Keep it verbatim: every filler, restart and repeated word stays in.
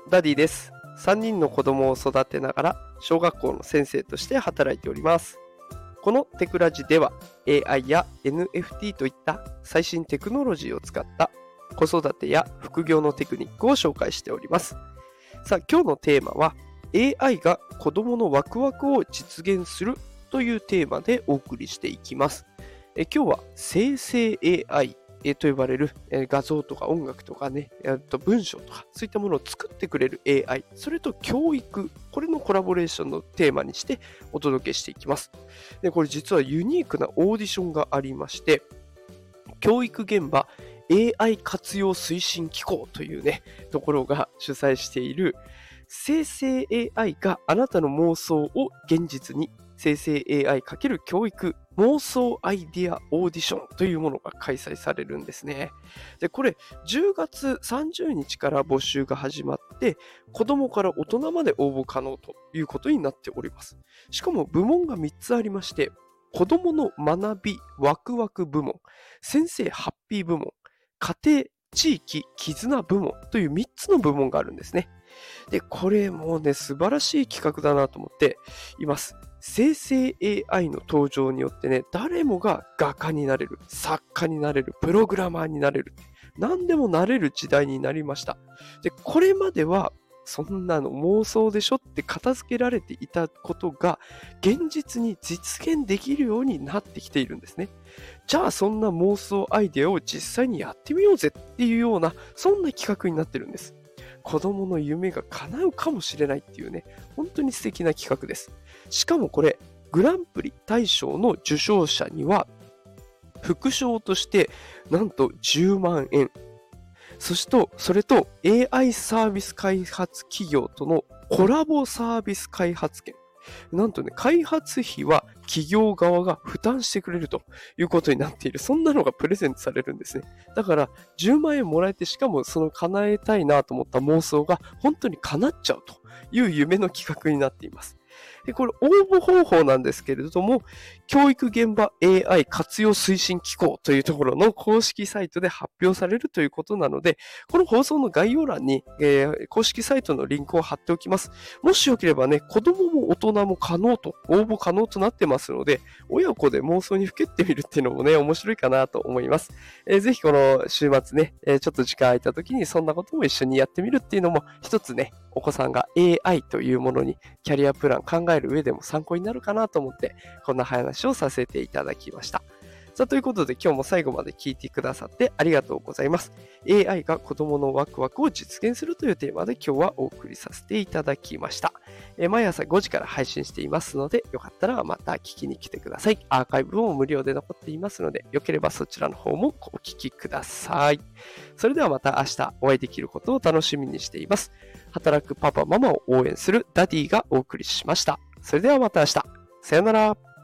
ダディです。さんにんの子供を育てながら小学校の先生として働いております。このテクラジでは エーアイ や エヌエフティー といった最新テクノロジーを使った子育てや副業のテクニックを紹介しております。さあ、今日のテーマは エーアイ が子供のワクワクを実現するというテーマでお送りしていきます。え今日は生成 エーアイと呼ばれる画像とか音楽とかね、文章とかそういったものを作ってくれる エーアイ、それと教育、これのコラボレーションのテーマにしてお届けしていきます。で、これ実はユニークなオーディションがありまして、教育現場 エーアイ 活用推進機構というね、ところが主催している生成 エーアイ があなたの妄想を現実に生成 エーアイ× 教育妄想アイディアオーディションというものが開催されるんですね。で、これじゅうがつさんじゅうにちから募集が始まって、子供から大人まで応募可能ということになっております。しかも部門がみっつありまして、子供の学びワクワク部門、先生ハッピー部門、家庭地域絆部門というみっつの部門があるんですね。で、これもうね、素晴らしい企画だなと思っています。生成 エーアイ の登場によってね、誰もが画家になれる、作家になれる、プログラマーになれる、何でもなれる時代になりました。で、これまではそんなの妄想でしょって片付けられていたことが現実に実現できるようになってきているんですね。じゃあそんな妄想アイデアを実際にやってみようぜっていうような、そんな企画になってるんです。子供の夢が叶うかもしれないっていうね、本当に素敵な企画です。しかもこれ、グランプリ大賞の受賞者には、副賞としてなんとじゅうまんえん。そして、それと エーアイ サービス開発企業とのコラボサービス開発権。なんとね、開発費は企業側が負担してくれるということになっている。そんなのがプレゼントされるんですね。だからじゅうまんえんもらえて、しかもその叶えたいなと思った妄想が本当に叶っちゃうという夢の企画になっています。で、これ応募方法なんですけれども、教育現場 エーアイ 活用推進機構というところの公式サイトで発表されるということなので、この放送の概要欄に、えー、公式サイトのリンクを貼っておきます。もしよければね、子供も大人も可能と、応募可能となってますので、親子で妄想にふけってみるっていうのもね、面白いかなと思います。えー、ぜひこの週末ね、えー、ちょっと時間空いた時にそんなことも一緒にやってみるっていうのも一つね、お子さんが エーアイ というものにキャリアプラン考える上でも参考になるかなと思って、こんな話をさせていただきました。さあ、ということで今日も最後まで聞いてくださってありがとうございます。エーアイ が子供のワクワクを実現するというテーマで今日はお送りさせていただきました。えー、毎朝ごじから配信していますので、よかったらまた聞きに来てください。アーカイブも無料で残っていますので、よければそちらの方もお聞きください。それではまた明日お会いできることを楽しみにしています。働くパパママを応援するダディがお送りしました。それではまた明日。さよなら。